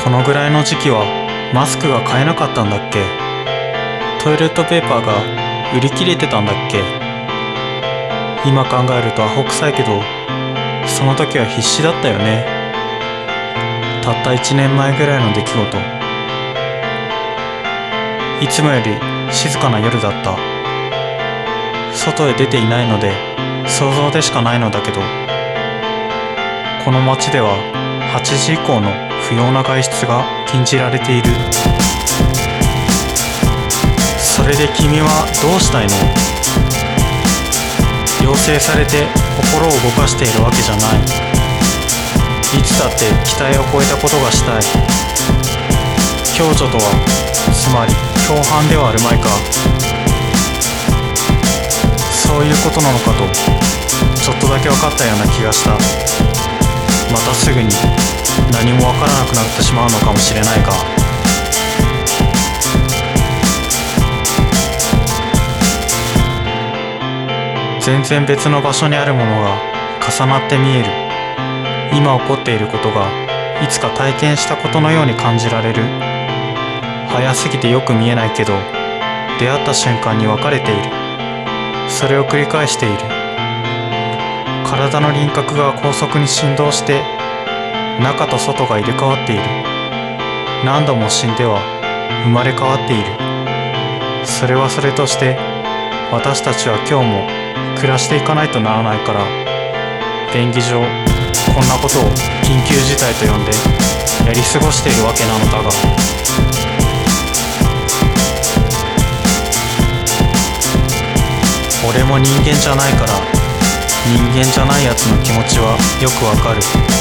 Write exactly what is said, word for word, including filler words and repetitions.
このぐらいの時期はマスクが買えなかったんだっけ？トイレットペーパーが売り切れてたんだっけ？今考えるとアホ臭いけど、その時は必死だったよね。たったいちねんまえぐらいの出来事。いつもより静かな夜だった。外へ出ていないので想像でしかないのだけど、この街でははちじ以降の不要な外出が禁じられている。それで君はどうしたいの？要請されて心を動かしているわけじゃない。いつだって期待を超えたことがしたい。共助とはつまり共犯ではあるまいか。そういうことなのかとちょっとだけ分かったような気がした。またすぐに何も分からなくなってしまうのかもしれないが。全然別の場所にあるものが重なって見える。今起こっていることがいつか体験したことのように感じられる。早すぎてよく見えないけど、出会った瞬間に分かれている。それを繰り返している。体の輪郭が高速に振動して中と外が入れ替わっている。何度も死んでは生まれ変わっている。それはそれとして私たちは今日も暮らしていかないとならないから、便宜上こんなことを緊急事態と呼んでやり過ごしているわけなのだが。俺も人間じゃないから、人間じゃないやつの気持ちはよくわかる。